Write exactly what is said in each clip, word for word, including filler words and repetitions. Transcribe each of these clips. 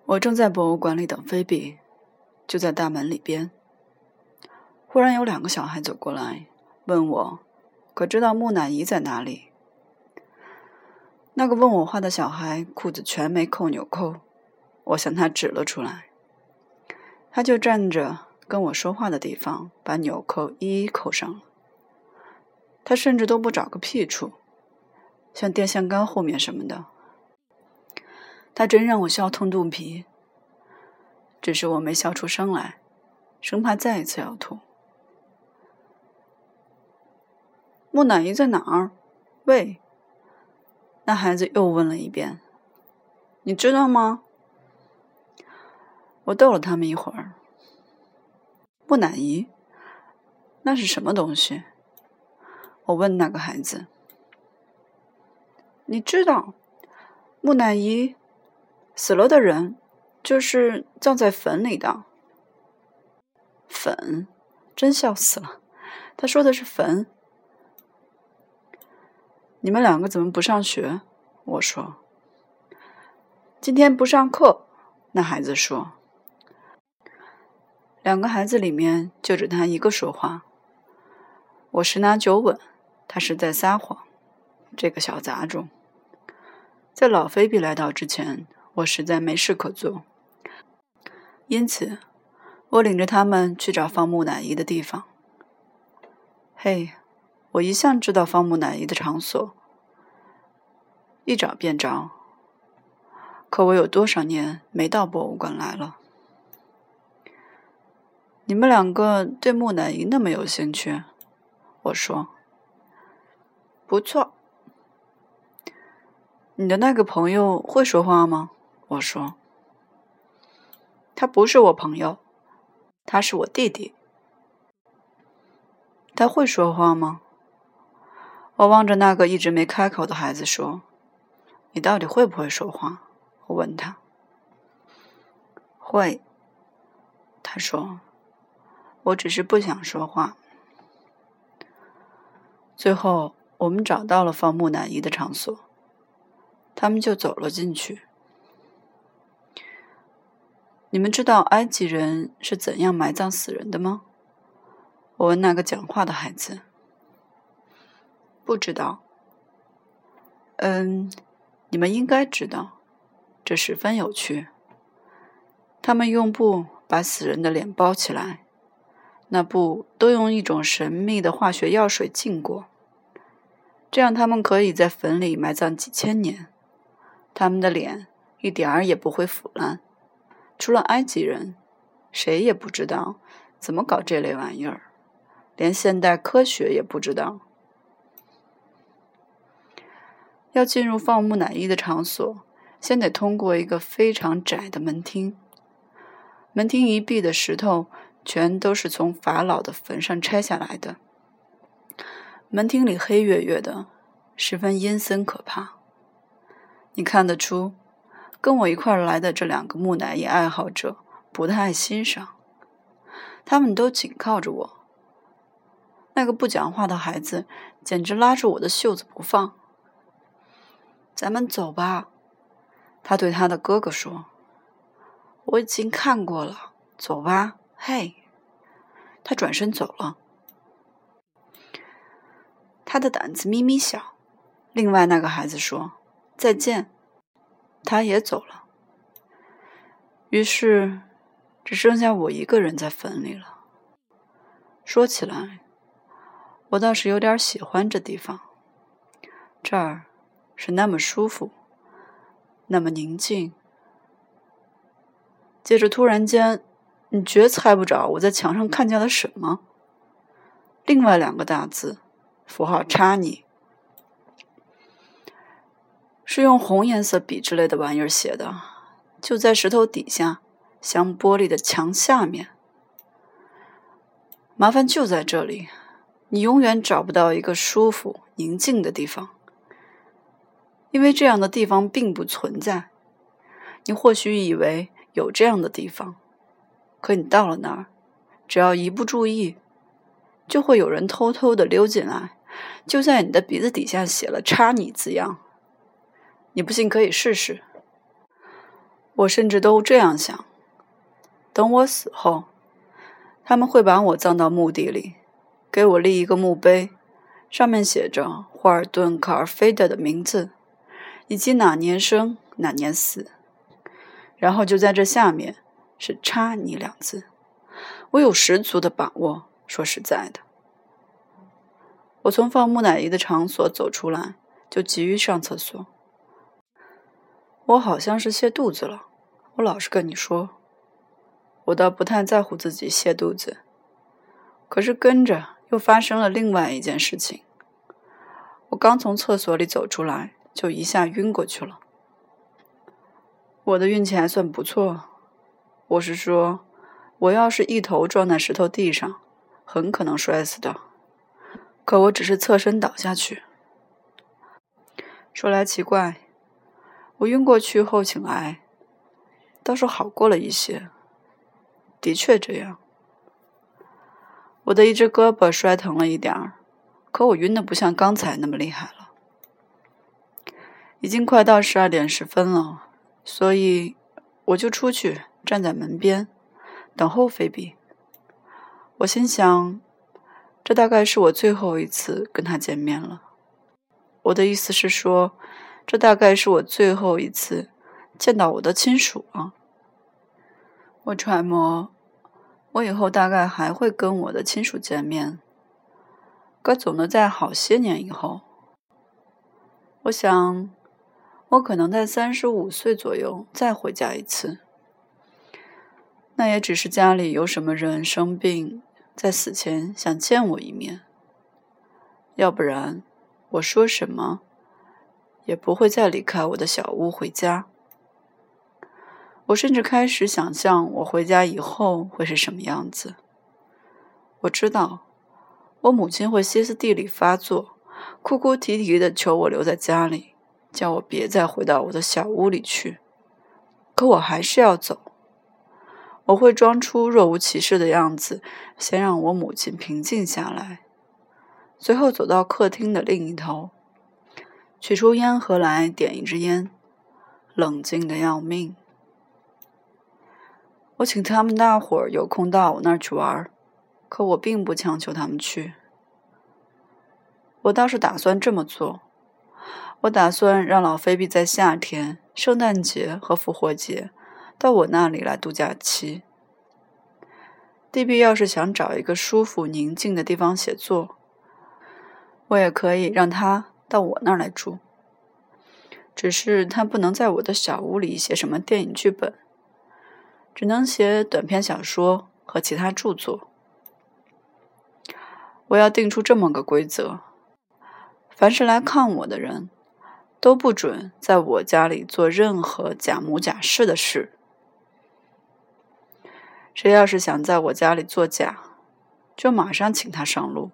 我正在博物馆里等菲比，就在大门里边。忽然有两个小孩走过来，问我可知道木乃伊在哪里。那个问我话的小孩裤子全没扣纽扣，我向他指了出来。他就站着跟我说话的地方把纽扣一一扣上了。他甚至都不找个屁处，像电线杆后面什么的。他真让我笑痛肚皮，只是我没笑出声来，生怕再一次要吐。木乃伊在哪儿？喂，那孩子又问了一遍。你知道吗？我逗了他们一会儿。木乃伊？那是什么东西？我问那个孩子。你知道，木乃伊死了的人就是葬在坟里的。坟？真笑死了，他说的是坟。你们两个怎么不上学？我说。今天不上课，那孩子说。两个孩子里面就只他一个说话。我十拿九稳，他是在撒谎。这个小杂种。在老菲比来到之前，我实在没事可做，因此我领着他们去找放木乃伊的地方。嘿，我一向知道放木乃伊的场所，一找便着。可我有多少年没到博物馆来了？你们两个对木乃伊那么有兴趣？我说。不错。你的那个朋友会说话吗？我说。他不是我朋友，他是我弟弟。他会说话吗？我望着那个一直没开口的孩子说。你到底会不会说话？我问他。会。他说。我只是不想说话。最后我们找到了放木乃伊的场所，他们就走了进去。你们知道埃及人是怎样埋葬死人的吗？我问那个讲话的孩子。不知道。嗯，你们应该知道，这十分有趣。他们用布把死人的脸包起来，那布都用一种神秘的化学药水浸过，这样他们可以在坟里埋葬几千年，他们的脸一点儿也不会腐烂。除了埃及人，谁也不知道怎么搞这类玩意儿，连现代科学也不知道。要进入放木乃伊的场所，先得通过一个非常窄的门厅。门厅一壁的石头全都是从法老的坟上拆下来的。门厅里黑月月的，十分阴森可怕。你看得出，跟我一块来的这两个木乃伊爱好者不太欣赏，他们都紧靠着我。那个不讲话的孩子简直拉住我的袖子不放。咱们走吧，他对他的哥哥说。我已经看过了，走吧，嘿。他转身走了。他的胆子咪咪小。另外那个孩子说再见，他也走了。于是只剩下我一个人在坟里了。说起来，我倒是有点喜欢这地方，这儿是那么舒服，那么宁静。接着突然间，你绝猜不着我在墙上看见了什么。另外两个大字，符号叉尼，是用红颜色笔之类的玩意儿写的，就在石头底下，镶玻璃的墙下面。麻烦就在这里，你永远找不到一个舒服宁静的地方，因为这样的地方并不存在。你或许以为有这样的地方，可你到了那儿，只要一不注意，就会有人偷偷地溜进来，就在你的鼻子底下写了叉你字样。你不信可以试试。 我甚至都这样想，等我死后，他们会把我葬到墓地里，给我立一个墓碑，上面写着霍尔顿·卡尔菲德的名字，以及哪年生哪年死，然后就在这下面是查尼两字。我有十足的把握，说实在的。我从放木乃伊的场所走出来，就急于上厕所。我好像是泻肚子了，我老实跟你说，我倒不太在乎自己泻肚子，可是跟着又发生了另外一件事情。我刚从厕所里走出来，就一下晕过去了。我的运气还算不错，我是说，我要是一头撞在石头地上，很可能摔死的，可我只是侧身倒下去。说来奇怪，我晕过去后醒来，倒是好过了一些。的确这样。我的一只胳膊摔疼了一点儿，可我晕得不像刚才那么厉害了。已经快到十二点十分了，所以我就出去站在门边等候菲比。我心想，这大概是我最后一次跟他见面了。我的意思是说，这大概是我最后一次见到我的亲属了。我揣摩，我以后大概还会跟我的亲属见面，可总得在好些年以后。我想，我可能在三十五岁左右再回家一次。那也只是家里有什么人生病，在死前想见我一面。要不然，我说什么也不会再离开我的小屋回家。我甚至开始想象我回家以后会是什么样子。我知道，我母亲会歇斯底里发作，哭哭啼啼地求我留在家里，叫我别再回到我的小屋里去。可我还是要走。我会装出若无其事的样子，先让我母亲平静下来，随后走到客厅的另一头，取出烟盒来点一支烟，冷静得要命。我请他们大伙儿有空到我那儿去玩，可我并不强求他们去。我倒是打算这么做，我打算让老菲比在夏天、圣诞节和复活节到我那里来度假期。弟弟要是想找一个舒服宁静的地方写作，我也可以让他到我那儿来住。只是他不能在我的小屋里写什么电影剧本，只能写短篇小说和其他著作。我要定出这么个规则，凡是来看我的人，都不准在我家里做任何假模假式的事。谁要是想在我家里作假，就马上请他上路。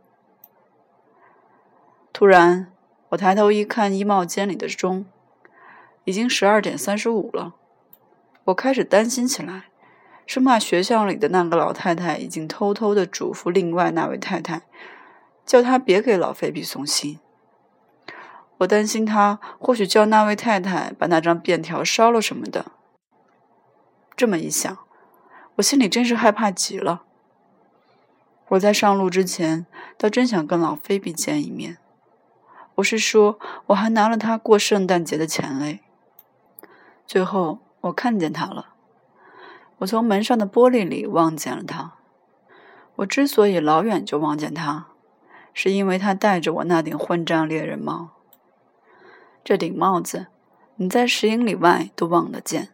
突然，我抬头一看衣帽间里的钟，已经十二点三十五了。我开始担心起来，生怕学校里的那个老太太已经偷偷地嘱咐另外那位太太，叫她别给老菲比送信。我担心她或许叫那位太太把那张便条烧了什么的。这么一想，我心里真是害怕极了。我在上路之前，倒真想跟老菲比见一面。我是说，我还拿了他过圣诞节的钱嘞。最后，我看见他了。我从门上的玻璃里望见了他。我之所以老远就望见他，是因为他戴着我那顶混账猎人帽。这顶帽子，你在十英里外都望得见。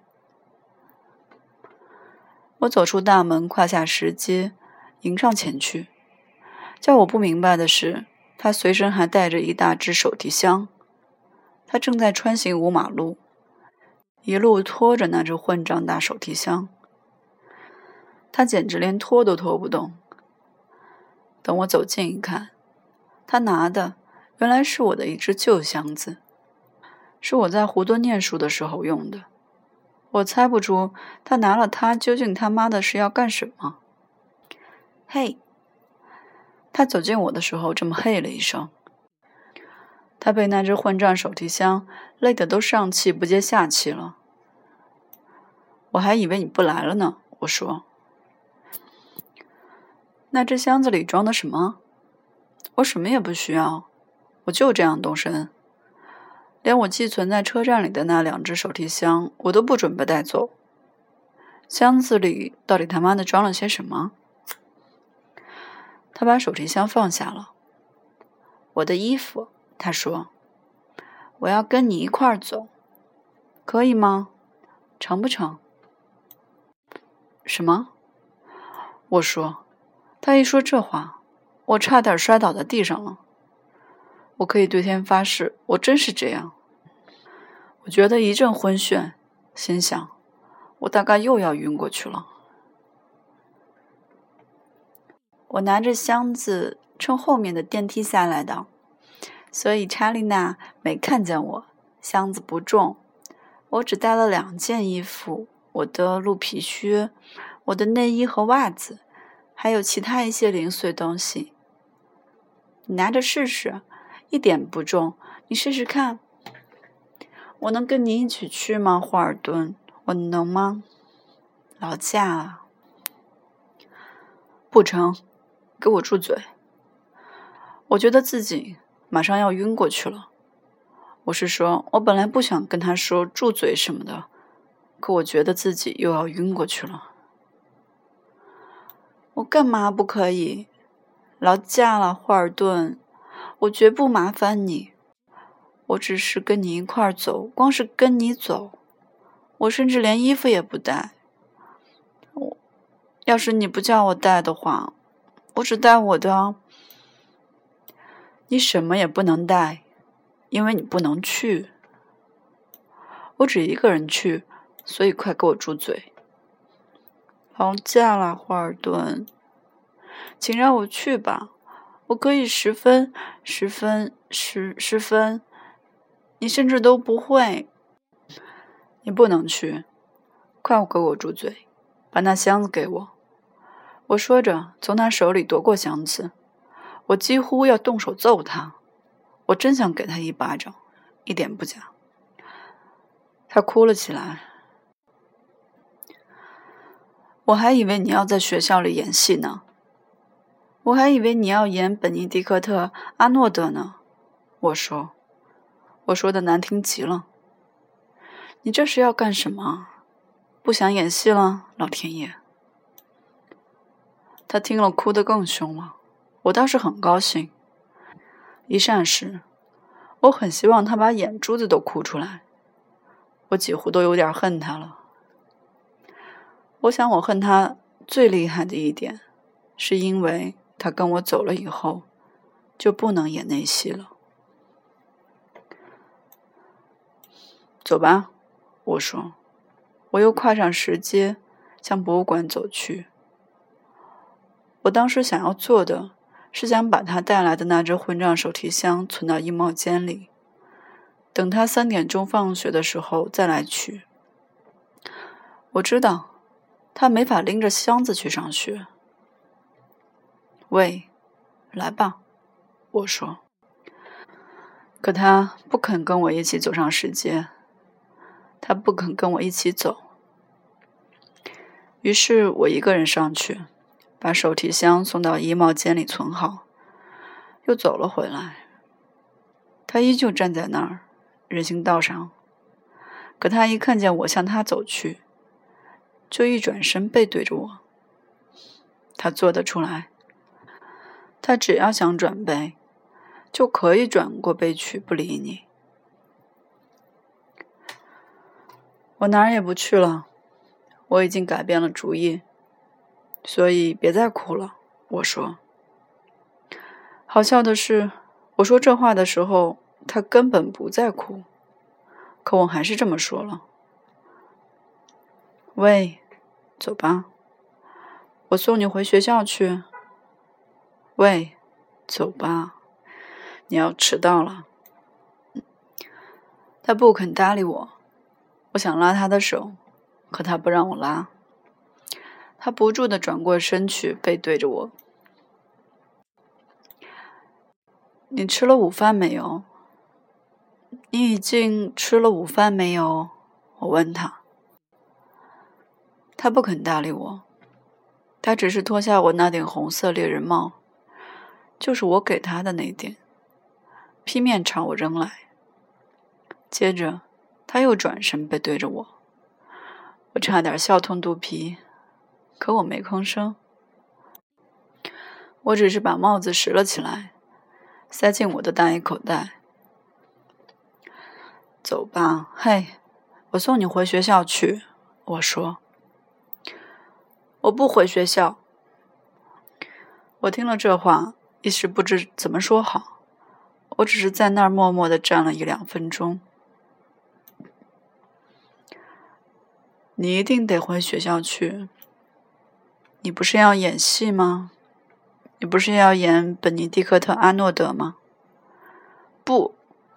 我走出大门，跨下石阶，迎上前去。叫我不明白的是，他随身还带着一大只手提箱。他正在穿行五马路，一路拖着那只混账大手提箱。他简直连拖都拖不动。等我走近一看，他拿的原来是我的一只旧箱子，是我在湖多念书的时候用的。我猜不出他拿了它究竟他妈的是要干什么。嘿！他走近我的时候这么嘿了一声。他被那只混账手提箱累得都上气不接下气了。 我还以为你不来了呢，我说。那这箱子里装的什么？我什么也不需要，我就这样动身。连我寄存在车站里的那两只手提箱，我都不准备带走。箱子里到底他妈的装了些什么？他把手提箱放下了。我的衣服，他说，我要跟你一块儿走，可以吗？成不成？什么？我说。他一说这话，我差点摔倒在地上了。我可以对天发誓，我真是这样。我觉得一阵昏眩，心想，我大概又要晕过去了。我拿着箱子从后面的电梯下来的，所以查丽娜没看见我。箱子不重，我只带了两件衣服，我的鹿皮靴，我的内衣和袜子，还有其他一些零碎东西。你拿着试试，一点不重，你试试看。我能跟你一起去吗，霍尔顿？我能吗？劳驾了。不成，给我住嘴！我觉得自己马上要晕过去了。我是说，我本来不想跟他说住嘴什么的，可我觉得自己又要晕过去了。我干嘛不可以？劳驾了，霍尔顿，我绝不麻烦你。我只是跟你一块儿走，光是跟你走，我甚至连衣服也不带。我要是你不叫我带的话，我只带我的。你什么也不能带，因为你不能去。我只一个人去，所以快给我住嘴。劳驾了，霍尔顿，请让我去吧。我可以十分、十分、十十分，你甚至都不会。你不能去，快给我住嘴，把那箱子给我。我说着，从他手里夺过箱子。我几乎要动手揍他，我真想给他一巴掌，一点不假。他哭了起来。我还以为你要在学校里演戏呢，我还以为你要演本尼迪克特·阿诺德呢。我说，我说的难听极了。你这是要干什么？不想演戏了，老天爷！他听了哭得更凶了。我倒是很高兴。一霎时，我很希望他把眼珠子都哭出来。我几乎都有点恨他了。我想我恨他最厉害的一点，是因为他跟我走了以后，就不能演那戏了。走吧，我说。我又跨上石阶，向博物馆走去。我当时想要做的是想把他带来的那只混账手提箱存到衣帽间里，等他三点钟放学的时候再来取。我知道他没法拎着箱子去上学。喂，来吧，我说。可他不肯跟我一起走上石阶，他不肯跟我一起走。于是我一个人上去，把手提箱送到衣帽间里存好，又走了回来。他依旧站在那儿，人行道上。可他一看见我向他走去，就一转身背对着我。他做得出来，他只要想转背，就可以转过背去不理你。我哪儿也不去了，我已经改变了主意，所以别再哭了，我说。好笑的是，我说这话的时候，他根本不在哭，可我还是这么说了。喂，走吧，我送你回学校去。喂，走吧，你要迟到了。他不肯搭理我，我想拉他的手，可他不让我拉。他不住地转过身去，背对着我。你吃了午饭没有？你已经吃了午饭没有？我问他。 他不肯搭理我，他只是脱下我那顶红色猎人帽，就是我给他的那顶，劈面朝我扔来。接着他又转身背对着我，我差点笑痛肚皮，可我没吭声。我只是把帽子拾了起来，塞进我的大衣口袋。走吧，嘿，我送你回学校去，我说。我不回学校。我听了这话，一时不知怎么说好。我只是在那儿默默地站了一两分钟。你一定得回学校去。你不是要演戏吗？你不是要演本尼迪克特·阿诺德吗？不。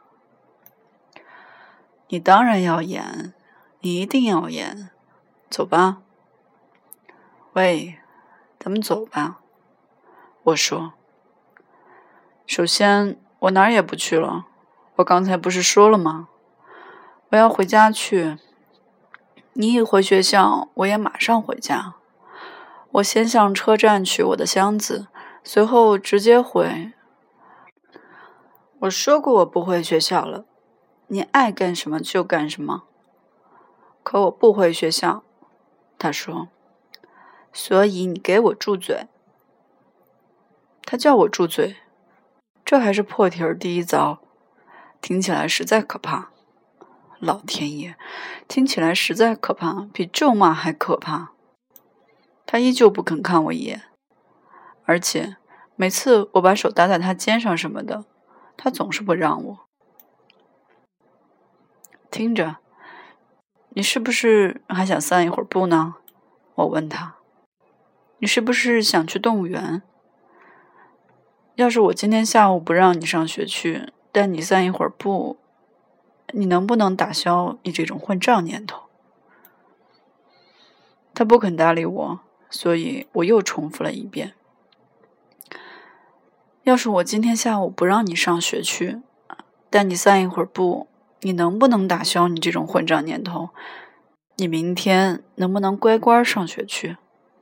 你当然要演，你一定要演。走吧。喂，咱们走吧。我说。首先，我哪儿也不去了。我刚才不是说了吗？我要回家去。你一回学校，我也马上回家。我先向车站取我的箱子，随后直接回。我说过我不回学校了，你爱干什么就干什么。可我不回学校，他说。所以你给我住嘴。他叫我住嘴，这还是破题儿第一遭，听起来实在可怕。老天爷，听起来实在可怕，比咒骂还可怕。他依旧不肯看我一眼，而且每次我把手搭在他肩上什么的，他总是不让我。听着，你是不是还想散一会儿步呢？我问他。你是不是想去动物园？要是我今天下午不让你上学去，带你散一会儿步，你能不能打消你这种混账念头？他不肯搭理我，所以我又重复了一遍。要是我今天下午不让你上学去，带你散一会儿步，你能不能打消你这种混账念头？你明天能不能乖乖上学去？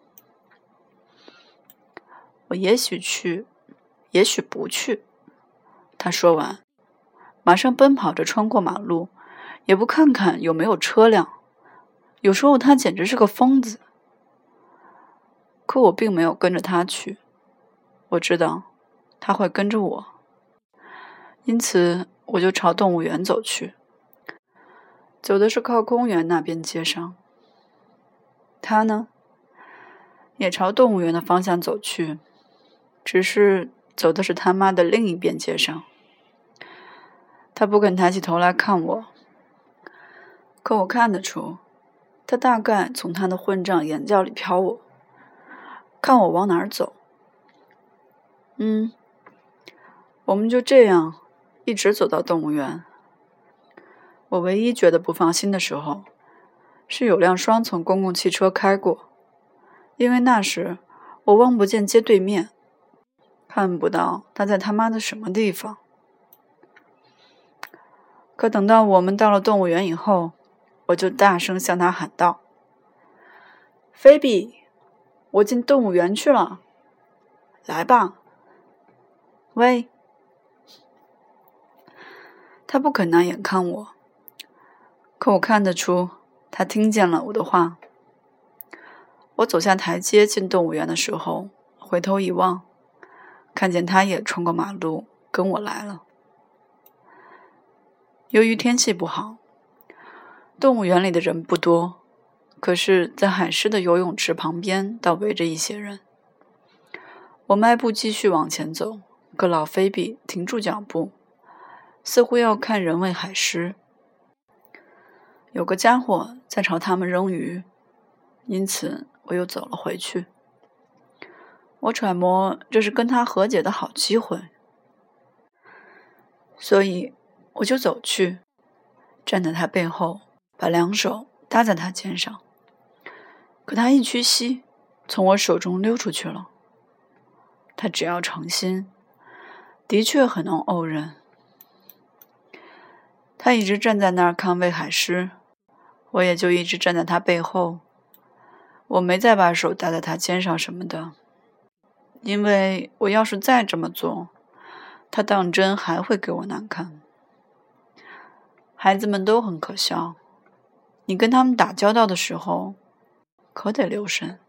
我也许去，也许不去。他说完，马上奔跑着穿过马路，也不看看有没有车辆。有时候他简直是个疯子。可我并没有跟着他去，我知道他会跟着我，因此我就朝动物园走去，走的是靠公园那边街上。他呢，也朝动物园的方向走去，只是走的是他妈的另一边街上。他不肯抬起头来看我，可我看得出，他大概从他的混账眼角里瞟我，看我往哪儿走。嗯，我们就这样一直走到动物园。我唯一觉得不放心的时候，是有辆双层公共汽车开过，因为那时我望不见街对面，看不到他在他妈的什么地方。可等到我们到了动物园以后，我就大声向他喊道：菲比，我进动物园去了，来吧。喂。他不肯拿眼看我，可我看得出他听见了我的话。我走下台阶进动物园的时候，回头一望，看见他也穿过马路跟我来了。由于天气不好，动物园里的人不多，可是在海狮的游泳池旁边倒围着一些人。我迈步继续往前走，可老菲比停住脚步，似乎要看人喂海狮。有个家伙在朝他们扔鱼，因此我又走了回去。我揣摩这是跟他和解的好机会，所以我就走去，站在他背后，把两手搭在他肩上。可他一屈膝，从我手中溜出去了。他只要诚心，的确很能怄人。他一直站在那儿看喂海狮，我也就一直站在他背后。 我没再把手搭在他肩上什么的，因为我要是再这么做，他当真还会给我难看。孩子们都很可笑，你跟他们打交道的时候可得留神。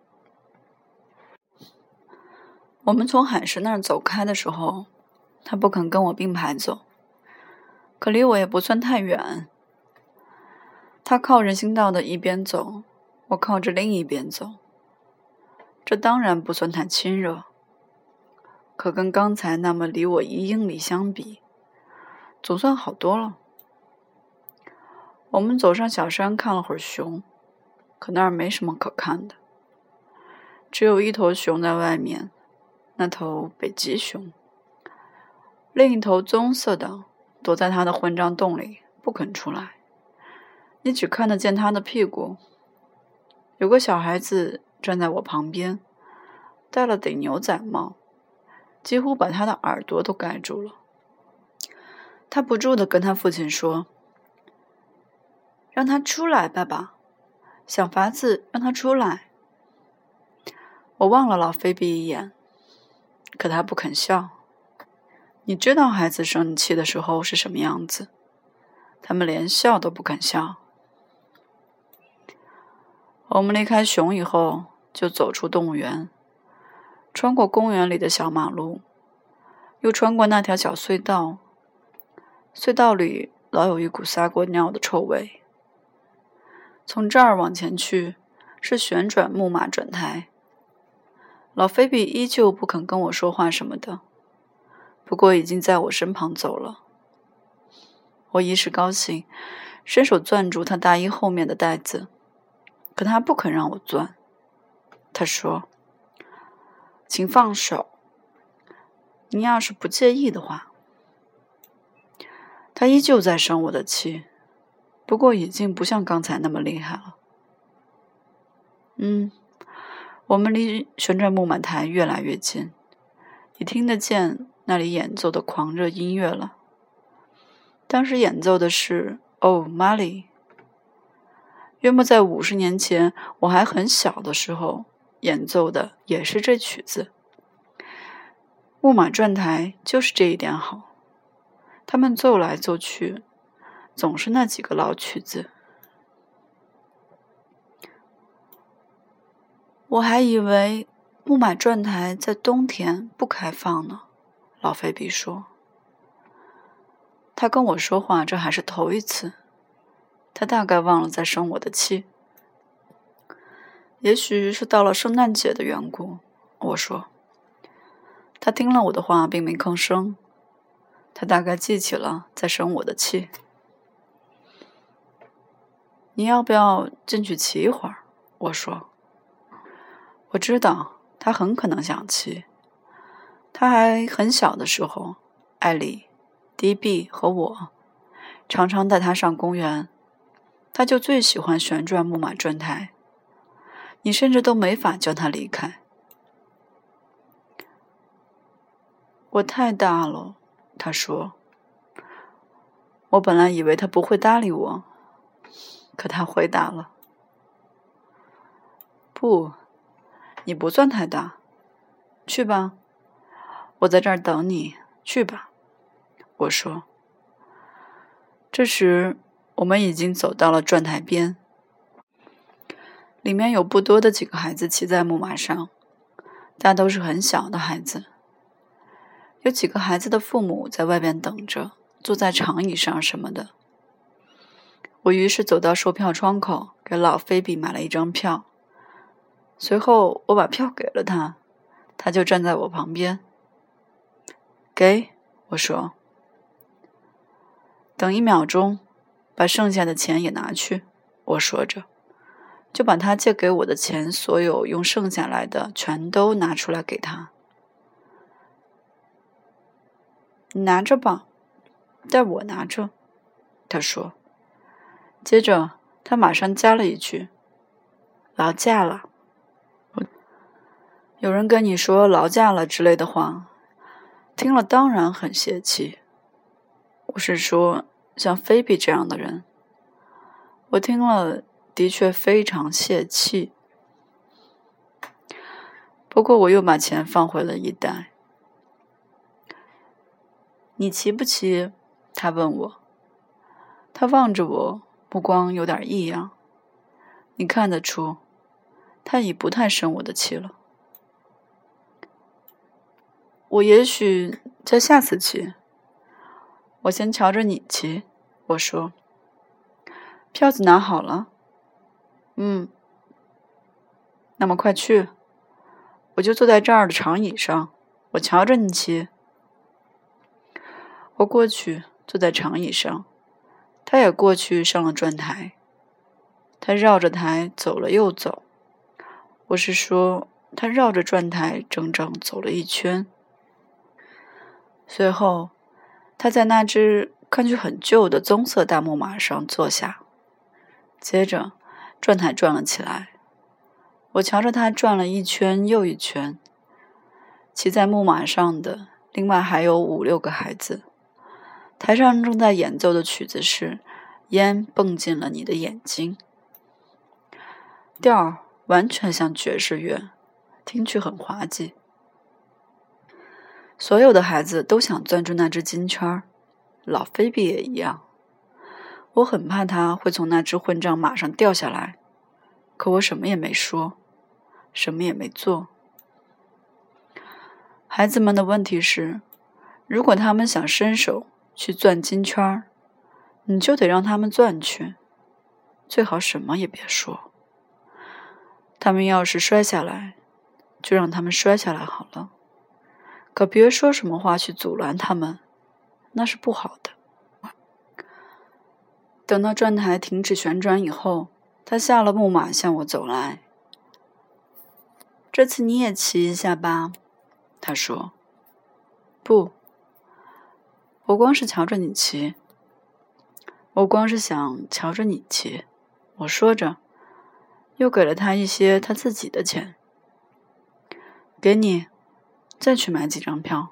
我们从海狮那儿走开的时候，他不肯跟我并排走，可离我也不算太远。他靠人行道的一边走，我靠着另一边走，这当然不算太亲热，可跟刚才那么离我一英里相比，总算好多了。我们走上小山看了会儿熊，可那儿没什么可看的，只有一头熊在外面，那头北极熊，另一头棕色的躲在它的混账洞里不肯出来，你只看得见它的屁股。有个小孩子站在我旁边，戴了顶牛仔帽，几乎把他的耳朵都盖住了。他不住地跟他父亲说：“让他出来，爸爸，想法子让他出来。”我望了老菲比一眼，可他不肯笑。你知道孩子生气的时候是什么样子，他们连笑都不肯笑。我们离开熊以后，就走出动物园，穿过公园里的小马路，又穿过那条小隧道。隧道里老有一股撒过尿的臭味。从这儿往前去是旋转木马转台。老菲比依旧不肯跟我说话什么的，不过已经在我身旁走了。我一时高兴，伸手攥住他大衣后面的带子，可他不肯让我攥。他说：“请放手，你要是不介意的话。”他依旧在生我的气，不过已经不像刚才那么厉害了。嗯，我们离旋转木马台越来越近，你听得见那里演奏的狂热音乐了。当时演奏的是哦，玛丽。约莫在五十年前我还很小的时候，演奏的也是这曲子。木马转台就是这一点好，他们奏来奏去，总是那几个老曲子。我还以为木马转台在冬天不开放呢，老菲比说。他跟我说话这还是头一次，他大概忘了在生我的气。也许是到了圣诞节的缘故，我说。他听了我的话并没吭声，他大概记起了在生我的气。你要不要进去骑一会儿？我说。我知道他很可能想骑。他还很小的时候，艾莉、迪比和我常常带他上公园，他就最喜欢旋转木马转台，你甚至都没法叫他离开。我太大了，他说。我本来以为他不会搭理我，可他回答了。不，你不算太大，去吧，我在这儿等你，去吧，我说。这时我们已经走到了转台边，里面有不多的几个孩子骑在木马上，大都是很小的孩子。有几个孩子的父母在外边等着，坐在长椅上什么的。我于是走到售票窗口，给老菲比买了一张票。随后我把票给了他，他就站在我旁边。给，我说。等一秒钟，把剩下的钱也拿去，我说着，就把他借给我的钱所有用剩下来的全都拿出来给他。你拿着吧，带我拿着，他说。接着他马上加了一句：劳驾了。有人跟你说劳驾了之类的话，听了当然很泄气。我是说像菲比这样的人，我听了的确非常泄气。 不过我又把钱放回了衣袋。你骑不骑？他问我。他望着我，目光有点异样。你看得出，他已不太生我的气了。我也许在下次骑。我先瞧着你骑，我说。票子拿好了？嗯。那么快去。我就坐在这儿的长椅上，我瞧着你骑。我过去坐在长椅上，他也过去上了转台。他绕着台走了又走，我是说，他绕着转台整整走了一圈。随后，他在那只看去很旧的棕色大木马上坐下。接着，转台转了起来。我瞧着他转了一圈又一圈。骑在木马上的另外还有五六个孩子。台上正在演奏的曲子是《烟蹦进了你的眼睛》，调儿完全像爵士乐，听去很滑稽。所有的孩子都想攥住那只金圈，老菲比也一样。我很怕他会从那只混账马上掉下来，可我什么也没说，什么也没做。孩子们的问题是，如果他们想伸手去攥金圈，你就得让他们攥去，最好什么也别说。他们要是摔下来，就让他们摔下来好了，可别说什么话去阻拦他们，那是不好的。等到转台停止旋转以后，他下了木马向我走来。这次你也骑一下吧，他说。不，我光是瞧着你骑。我光是想瞧着你骑，我说着，又给了他一些他自己的钱。给你，再去买几张票。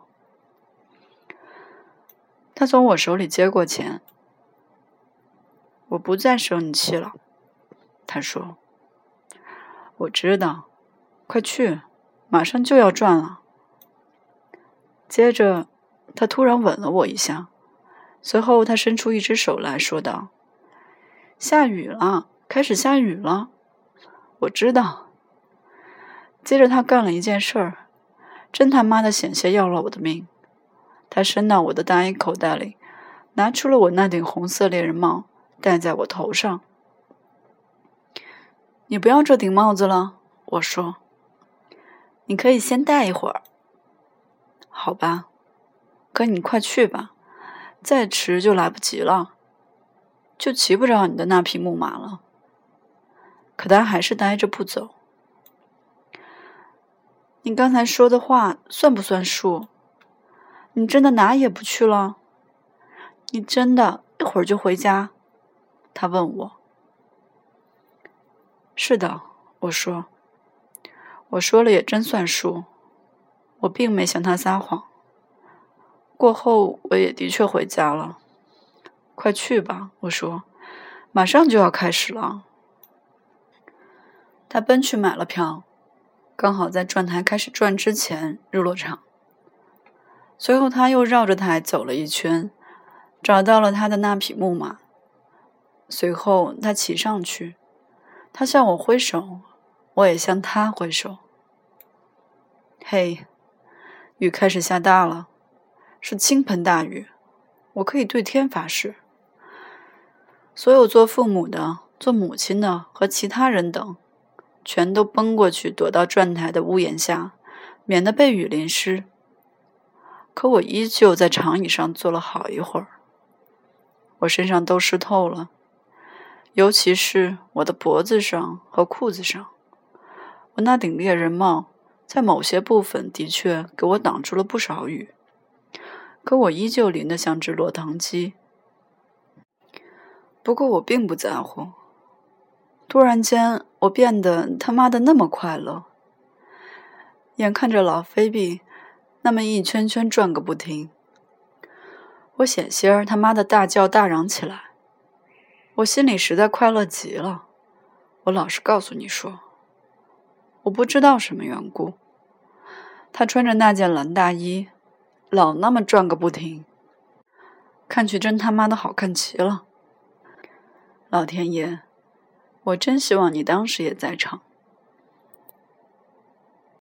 他从我手里接过钱。我不再生你气了，他说。我知道，快去，马上就要转了。接着，他突然吻了我一下，随后他伸出一只手来说道：下雨了，开始下雨了。我知道。接着他干了一件事儿，真他妈的险些要了我的命。他伸到我的大衣口袋里，拿出了我那顶红色猎人帽，戴在我头上。你不要这顶帽子了，我说。你可以先戴一会儿。好吧，可你快去吧，再迟就来不及了，就骑不着你的那匹木马了。可他还是呆着不走。你刚才说的话算不算数？你真的哪也不去了？你真的一会儿就回家？他问我。是的，我说。我说了也真算数，我并没向他撒谎。过后我也的确回家了。快去吧，我说，马上就要开始了。他奔去买了票，刚好在转台开始转之前入了场。随后他又绕着台走了一圈，找到了他的那匹木马。随后他骑上去，他向我挥手，我也向他挥手。嘿，雨开始下大了，是倾盆大雨，我可以对天发誓。所有做父母的、做母亲的和其他人等，全都奔过去躲到转台的屋檐下，免得被雨淋湿。可我依旧在长椅上坐了好一会儿，我身上都湿透了，尤其是我的脖子上和裤子上。我那顶猎人帽在某些部分的确给我挡住了不少雨，可我依旧淋得像只落汤鸡。不过我并不在乎。突然间，我变得他妈的那么快乐，眼看着老菲比那么一圈圈转个不停，我险些儿他妈的大叫大嚷起来。我心里实在快乐极了，我老实告诉你说，我不知道什么缘故， 他穿着那件蓝大衣，老那么转个不停，看去真他妈的好看极了。老天爷，我真希望你当时也在场。